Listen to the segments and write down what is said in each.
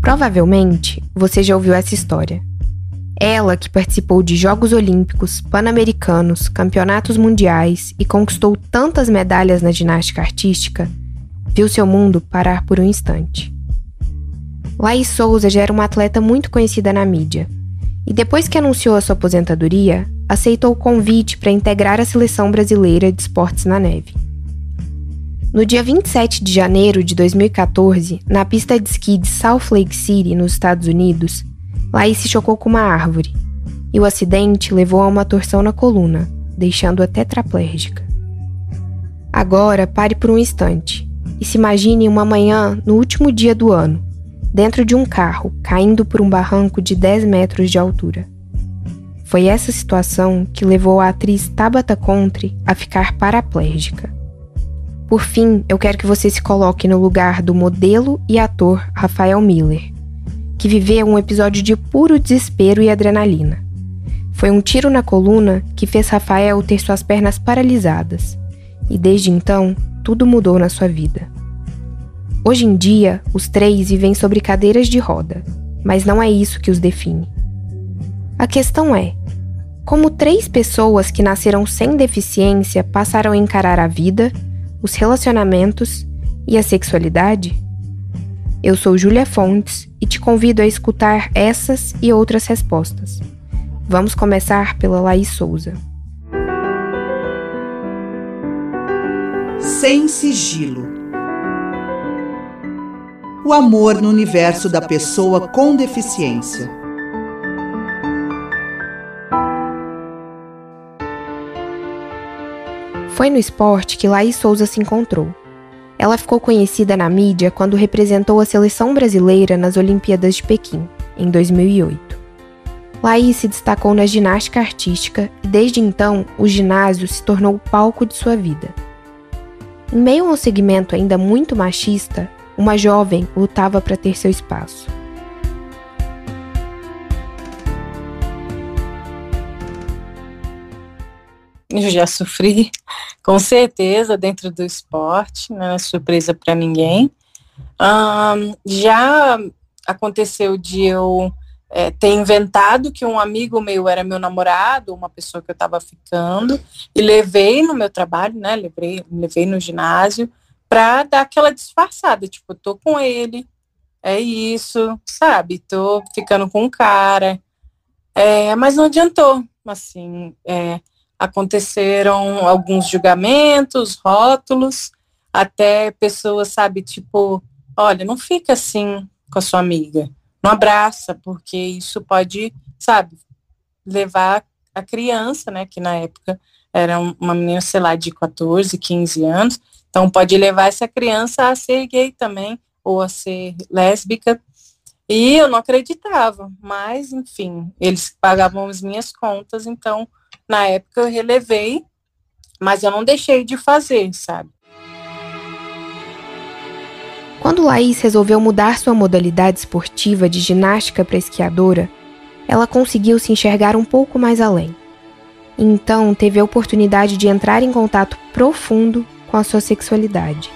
Provavelmente, você já ouviu essa história. Ela, que participou de Jogos Olímpicos, Pan-Americanos, Campeonatos Mundiais e conquistou tantas medalhas na ginástica artística, viu seu mundo parar por um instante. Laís Souza já era uma atleta muito conhecida na mídia, e depois que anunciou a sua aposentadoria, aceitou o convite para integrar a seleção brasileira de esportes na neve. No dia 27 de janeiro de 2014, na pista de esqui de Salt Lake City, nos Estados Unidos, Laís se chocou com uma árvore, e o acidente levou a uma torção na coluna, deixando-a tetraplégica. Agora, pare por um instante e se imagine uma manhã no último dia do ano, dentro de um carro, caindo por um barranco de 10 metros de altura. Foi essa situação que levou a atriz Tabata Conte a ficar paraplégica. Por fim, eu quero que você se coloque no lugar do modelo e ator Rafael Miller, que viveu um episódio de puro desespero e adrenalina. Foi um tiro na coluna que fez Rafael ter suas pernas paralisadas, e desde então, tudo mudou na sua vida. Hoje em dia, os três vivem sobre cadeiras de roda, mas não é isso que os define. A questão é, como três pessoas que nasceram sem deficiência passaram a encarar a vida, os relacionamentos e a sexualidade? Eu sou Júlia Fontes e te convido a escutar essas e outras respostas. Vamos começar pela Laís Souza. Sem sigilo. O amor no universo da pessoa com deficiência. Foi no esporte que Laís Souza se encontrou. Ela ficou conhecida na mídia quando representou a seleção brasileira nas Olimpíadas de Pequim, em 2008. Laís se destacou na ginástica artística e desde então o ginásio se tornou o palco de sua vida. Em meio a um segmento ainda muito machista, uma jovem lutava para ter seu espaço. Eu já sofri, com certeza, dentro do esporte, não é surpresa para ninguém. Já aconteceu de eu ter inventado que um amigo meu era meu namorado, uma pessoa que eu estava ficando, e levei no meu trabalho, né? Levei no ginásio para dar aquela disfarçada, tipo, tô com ele, é isso, sabe? Tô ficando com um cara, mas não adiantou, assim, aconteceram alguns julgamentos, rótulos, até pessoas, sabe, tipo, olha, não fica assim com a sua amiga, não abraça, porque isso pode, sabe, levar a criança, né, que na época era uma menina, sei lá, de 14, 15 anos, então pode levar essa criança a ser gay também, ou a ser lésbica, e eu não acreditava, mas, enfim, eles pagavam as minhas contas, então, na época eu relevei, mas eu não deixei de fazer, sabe? Quando Laís resolveu mudar sua modalidade esportiva de ginástica para esquiadora, ela conseguiu se enxergar um pouco mais além. Então, teve a oportunidade de entrar em contato profundo com a sua sexualidade.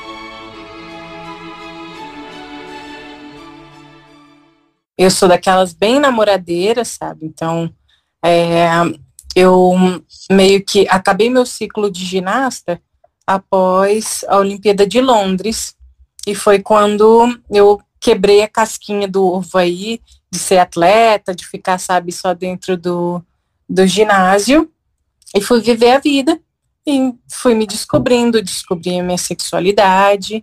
Eu sou daquelas bem namoradeiras, sabe? Então, eu meio que acabei meu ciclo de ginasta após a Olimpíada de Londres, e foi quando eu quebrei a casquinha do ovo aí, de ser atleta, de ficar, sabe, só dentro do ginásio, e fui viver a vida, e fui me descobrindo, descobri a minha sexualidade,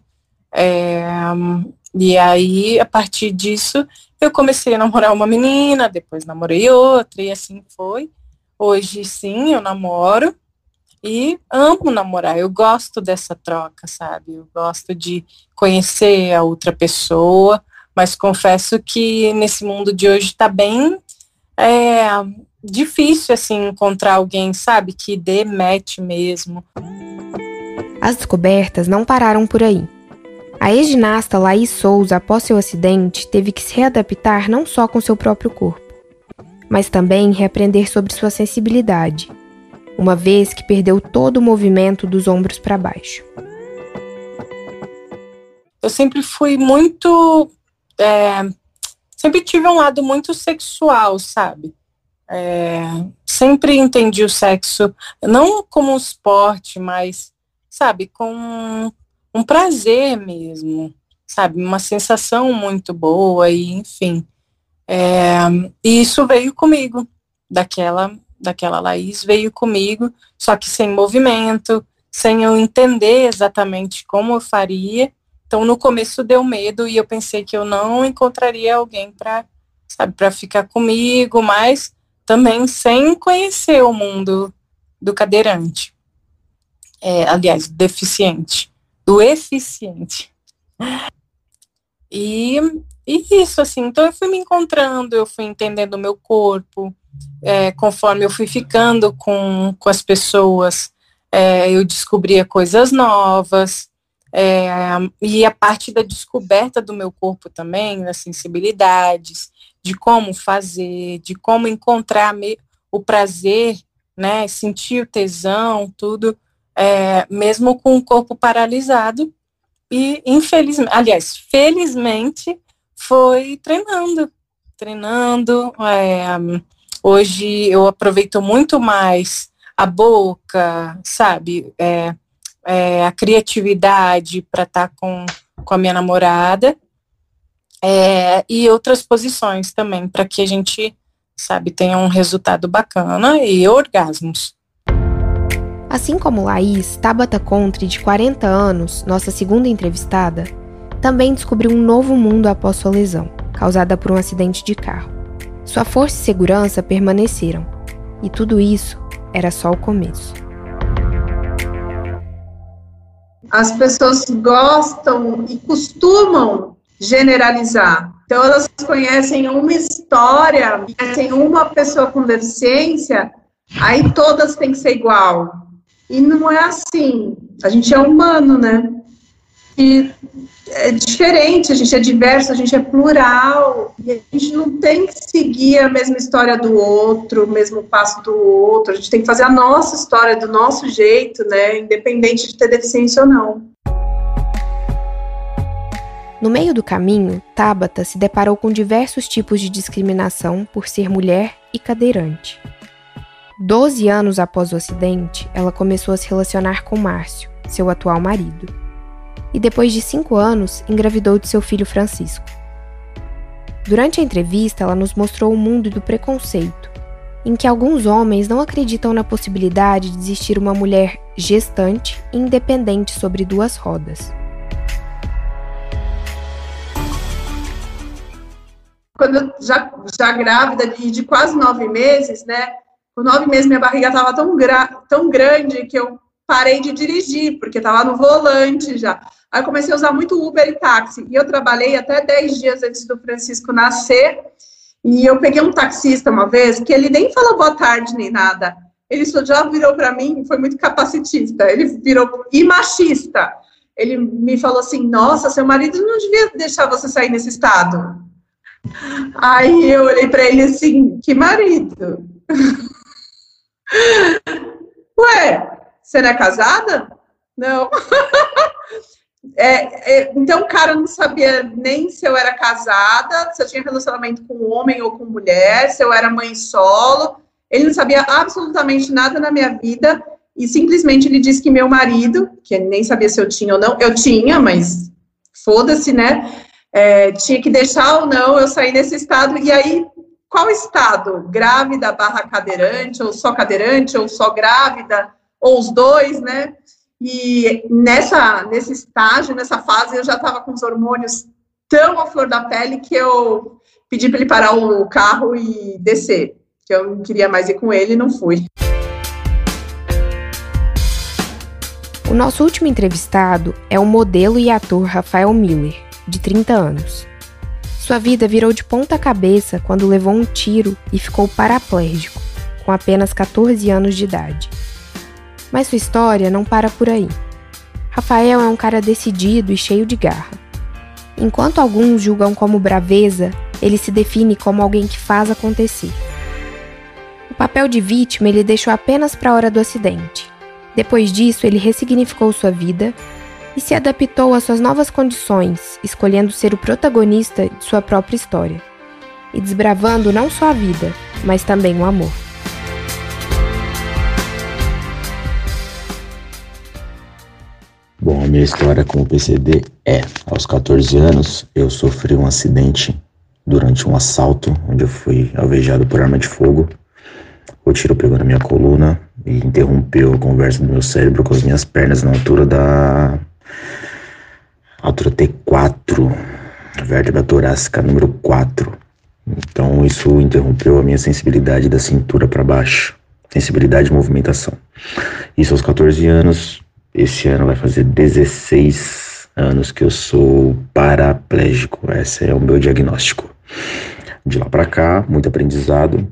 e aí, a partir disso, eu comecei a namorar uma menina, depois namorei outra, e assim foi. Hoje, sim, eu namoro e amo namorar. Eu gosto dessa troca, sabe? Eu gosto de conhecer a outra pessoa, mas confesso que nesse mundo de hoje tá bem difícil, assim, encontrar alguém, sabe? Que dê match mesmo. As descobertas não pararam por aí. A ex-ginasta Laís Souza, após seu acidente, teve que se readaptar não só com seu próprio corpo, mas também reaprender sobre sua sensibilidade, uma vez que perdeu todo o movimento dos ombros para baixo. Eu sempre fui muito sempre tive um lado muito sexual, sabe? Sempre entendi o sexo, não como um esporte, mas, sabe, com um prazer mesmo, sabe? Uma sensação muito boa e, enfim. E isso veio comigo, daquela Laís veio comigo, só que sem movimento, sem eu entender exatamente como eu faria. Então, no começo deu medo e eu pensei que eu não encontraria alguém para ficar comigo, mas também sem conhecer o mundo do cadeirante. Aliás, deficiente, do eficiente. E isso, assim, então eu fui me encontrando, eu fui entendendo o meu corpo, conforme eu fui ficando com as pessoas, eu descobria coisas novas, e a parte da descoberta do meu corpo também, das sensibilidades, de como fazer, de como encontrar o prazer, né, sentir o tesão, tudo, mesmo com o corpo paralisado. E felizmente, foi treinando. Hoje eu aproveito muito mais a boca, sabe, a criatividade para estar com a minha namorada, e outras posições também, para que a gente, sabe, tenha um resultado bacana e orgasmos. Assim como Laís, Tabata Contri, de 40 anos, nossa segunda entrevistada, também descobriu um novo mundo após sua lesão, causada por um acidente de carro. Sua força e segurança permaneceram, e tudo isso era só o começo. As pessoas gostam e costumam generalizar. Então, elas conhecem uma história, conhecem uma pessoa com deficiência, aí todas têm que ser igual. E não é assim. A gente é humano, né? E é diferente, a gente é diverso, a gente é plural. E a gente não tem que seguir a mesma história do outro, o mesmo passo do outro. A gente tem que fazer a nossa história do nosso jeito, né? Independente de ter deficiência ou não. No meio do caminho, Tabata se deparou com diversos tipos de discriminação por ser mulher e cadeirante. 12 anos após o acidente, ela começou a se relacionar com Márcio, seu atual marido. E depois de 5 anos, engravidou de seu filho Francisco. Durante a entrevista, ela nos mostrou o mundo do preconceito, em que alguns homens não acreditam na possibilidade de existir uma mulher gestante e independente sobre 2 rodas. Quando eu já grávida de quase 9 meses, né? Com 9 meses minha barriga estava tão grande que eu parei de dirigir, porque estava no volante já. Aí eu comecei a usar muito Uber e táxi. E eu trabalhei até 10 dias antes do Francisco nascer. E eu peguei um taxista uma vez, que ele nem falou boa tarde nem nada. Ele só já virou para mim, foi muito capacitista. Ele virou e machista. Ele me falou assim, nossa, seu marido não devia deixar você sair nesse estado. Aí eu olhei para ele assim, que marido? Ué, você não é casada? Não. Então o cara não sabia nem se eu era casada, se eu tinha relacionamento com homem ou com mulher, se eu era mãe solo. Ele não sabia absolutamente nada na minha vida e simplesmente ele disse que meu marido, que ele nem sabia se eu tinha ou não, eu tinha, mas foda-se, né? Tinha que deixar ou não eu sair nesse estado. E aí, qual estado? Grávida / cadeirante, ou só grávida, ou os dois, né? E nesse estágio, nessa fase, eu já estava com os hormônios tão à flor da pele que eu pedi para ele parar o carro e descer, que eu não queria mais ir com ele e não fui. O nosso último entrevistado é o modelo e ator Rafael Miller, de 30 anos. Sua vida virou de ponta cabeça quando levou um tiro e ficou paraplégico, com apenas 14 anos de idade. Mas sua história não para por aí. Rafael é um cara decidido e cheio de garra. Enquanto alguns julgam como braveza, ele se define como alguém que faz acontecer. O papel de vítima ele deixou apenas para a hora do acidente. Depois disso, ele ressignificou sua vida e se adaptou às suas novas condições, escolhendo ser o protagonista de sua própria história, e desbravando não só a vida, mas também o amor. Bom, a minha história com o PCD é: aos 14 anos, eu sofri um acidente durante um assalto, onde eu fui alvejado por arma de fogo. O tiro pegou na minha coluna e interrompeu a conversa do meu cérebro com as minhas pernas na altura T4, vértebra torácica número 4. Então isso interrompeu a minha sensibilidade da cintura para baixo, sensibilidade de movimentação. Isso aos 14 anos. Esse ano vai fazer 16 anos que eu sou paraplégico. Esse é o meu diagnóstico. De lá para cá, muito aprendizado.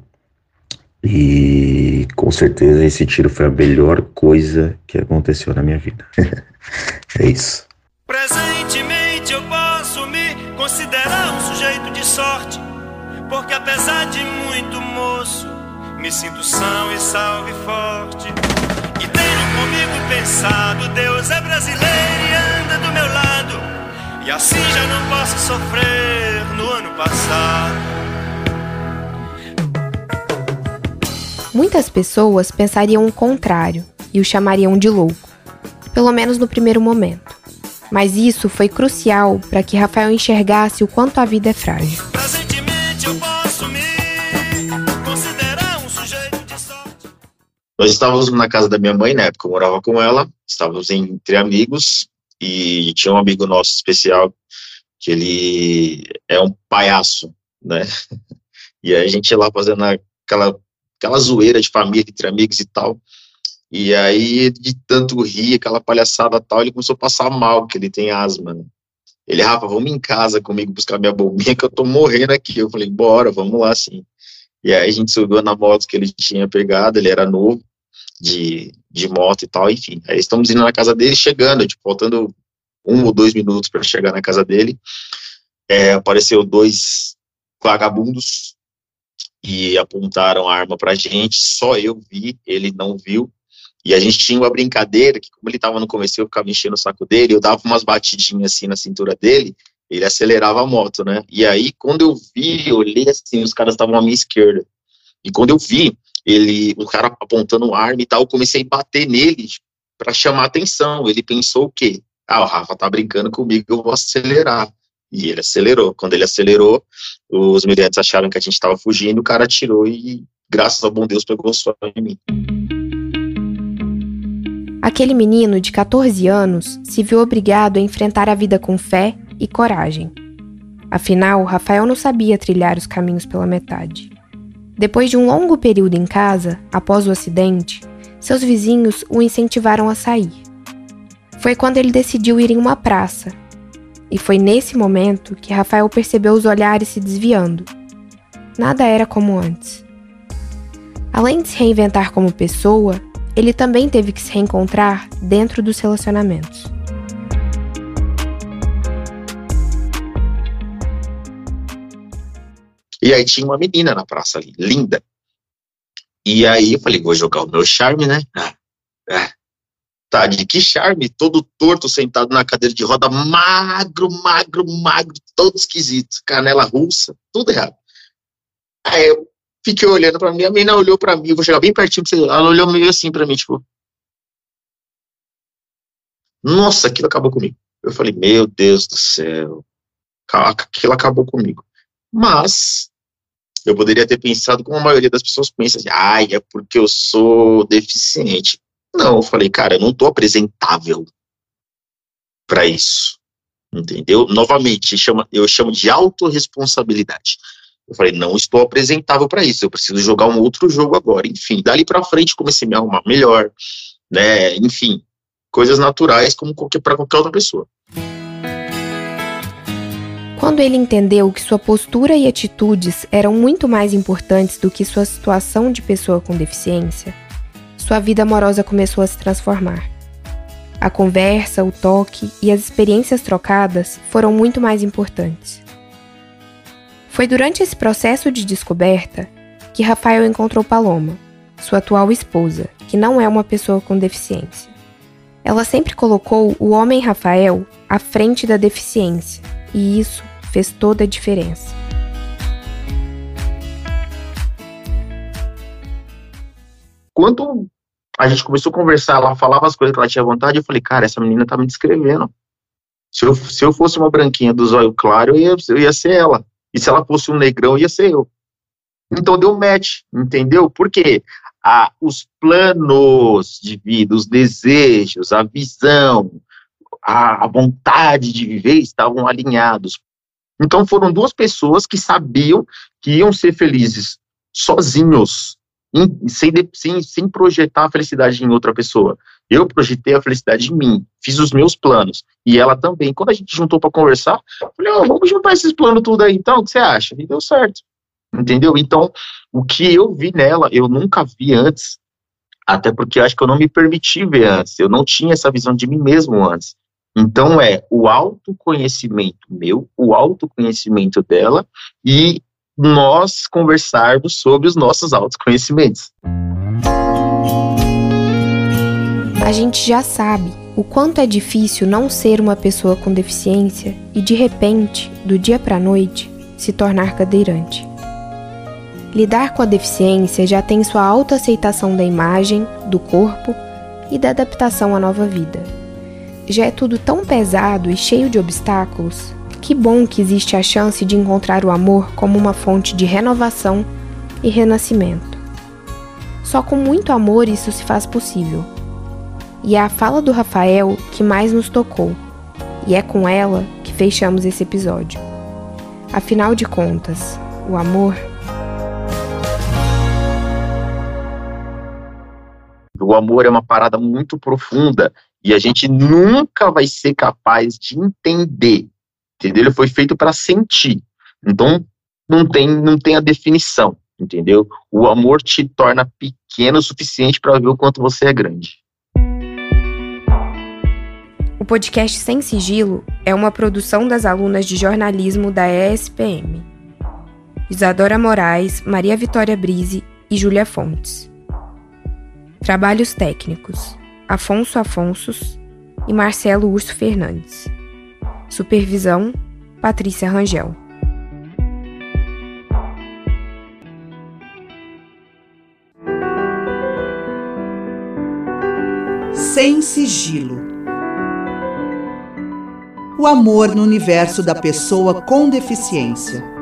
E com certeza esse tiro foi a melhor coisa que aconteceu na minha vida. É isso. Presentemente eu posso me considerar um sujeito de sorte, porque apesar de muito moço, me sinto são e salve forte. E tenho comigo pensado, Deus é brasileiro e anda do meu lado, e assim já não posso sofrer no ano passado. Muitas pessoas pensariam o contrário e o chamariam de louco, pelo menos no primeiro momento. Mas isso foi crucial para que Rafael enxergasse o quanto a vida é frágil. Presentemente eu posso me considerar um sujeito de sorte. Nós estávamos na casa da minha mãe, na época eu morava com ela, estávamos entre amigos, e tinha um amigo nosso especial, que ele é um palhaço, né? E aí a gente ia lá fazendo aquela zoeira de família entre amigos e tal, e aí de tanto rir, aquela palhaçada e tal, ele começou a passar mal, que ele tem asma, né? Ele: Rafa, vamos em casa comigo buscar minha bombinha que eu tô morrendo aqui. Eu falei: bora, vamos lá sim. E aí a gente subiu na moto que ele tinha pegado, ele era novo, de moto e tal, enfim. Aí estamos indo na casa dele, chegando, tipo, faltando 1 ou 2 minutos para chegar na casa dele, apareceu 2 vagabundos e apontaram a arma pra gente. Só eu vi, ele não viu. E a gente tinha uma brincadeira, que como ele tava no começo, eu ficava enchendo o saco dele, eu dava umas batidinhas assim na cintura dele, ele acelerava a moto, né? E aí, quando eu vi, eu olhei assim, os caras estavam à minha esquerda. E quando eu vi, um cara apontando arma e tal, eu comecei a bater nele pra chamar atenção. Ele pensou o quê? O Rafa tá brincando comigo, eu vou acelerar. E ele acelerou. Quando ele acelerou, os militantes acharam que a gente tava fugindo, o cara atirou e, graças ao bom Deus, pegou só em mim. Aquele menino de 14 anos se viu obrigado a enfrentar a vida com fé e coragem. Afinal, Rafael não sabia trilhar os caminhos pela metade. Depois de um longo período em casa, após o acidente, seus vizinhos o incentivaram a sair. Foi quando ele decidiu ir em uma praça. E foi nesse momento que Rafael percebeu os olhares se desviando. Nada era como antes. Além de se reinventar como pessoa, ele também teve que se reencontrar dentro dos relacionamentos. E aí tinha uma menina na praça ali, linda. E aí eu falei: vou jogar o meu charme, né? Tá, de que charme? Todo torto, sentado na cadeira de roda, magro, todo esquisito, canela russa, tudo errado. Aí eu fiquei olhando pra mim, a menina olhou pra mim, eu vou chegar bem pertinho pra você, ela olhou meio assim pra mim, tipo... Nossa, aquilo acabou comigo. Eu falei: meu Deus do céu, aquilo acabou comigo. Mas eu poderia ter pensado como a maioria das pessoas pensa, assim: é porque eu sou deficiente. Não, eu falei: cara, eu não tô apresentável pra isso, entendeu? Novamente, eu chamo de autorresponsabilidade. Eu falei: não estou apresentável para isso, eu preciso jogar um outro jogo agora. Enfim, dali para frente comecei a me arrumar melhor, né? Enfim, coisas naturais como para qualquer outra pessoa. Quando ele entendeu que sua postura e atitudes eram muito mais importantes do que sua situação de pessoa com deficiência, sua vida amorosa começou a se transformar. A conversa, o toque e as experiências trocadas foram muito mais importantes. Foi durante esse processo de descoberta que Rafael encontrou Paloma, sua atual esposa, que não é uma pessoa com deficiência. Ela sempre colocou o homem Rafael à frente da deficiência, e isso fez toda a diferença. Quando a gente começou a conversar, ela falava as coisas que ela tinha vontade, eu falei, cara, essa menina tá me descrevendo. Se eu fosse uma branquinha do zóio claro, eu ia ser ela. E se ela fosse um negrão, ia ser eu. Então deu match, entendeu? Porque os planos de vida, os desejos, a visão, a vontade de viver estavam alinhados. Então foram duas pessoas que sabiam que iam ser felizes sozinhos, sem projetar a felicidade em outra pessoa. Eu projetei a felicidade em mim, fiz os meus planos, e ela também. Quando a gente juntou para conversar, eu falei, vamos juntar esses planos tudo aí, então, o que você acha? E deu certo, entendeu? Então, o que eu vi nela, eu nunca vi antes, até porque eu acho que eu não me permiti ver antes, eu não tinha essa visão de mim mesmo antes. Então, o autoconhecimento meu, o autoconhecimento dela, e nós conversarmos sobre os nossos autoconhecimentos. A gente já sabe o quanto é difícil não ser uma pessoa com deficiência e, de repente, do dia para a noite, se tornar cadeirante. Lidar com a deficiência já tem sua autoaceitação da imagem, do corpo e da adaptação à nova vida. Já é tudo tão pesado e cheio de obstáculos. Que bom que existe a chance de encontrar o amor como uma fonte de renovação e renascimento. Só com muito amor isso se faz possível. E é a fala do Rafael que mais nos tocou, e é com ela que fechamos esse episódio. Afinal de contas, o amor... O amor é uma parada muito profunda, e a gente nunca vai ser capaz de entender. Entendeu? Ele foi feito para sentir. Então, não tem a definição, entendeu? O amor te torna pequeno o suficiente para ver o quanto você é grande. O podcast Sem Sigilo é uma produção das alunas de jornalismo da ESPM. Isadora Moraes, Maria Vitória Brise e Júlia Fontes. Trabalhos técnicos: Afonso Afonsos e Marcelo Urso Fernandes. Supervisão: Patrícia Rangel. Sem Sigilo. O amor no universo da pessoa com deficiência.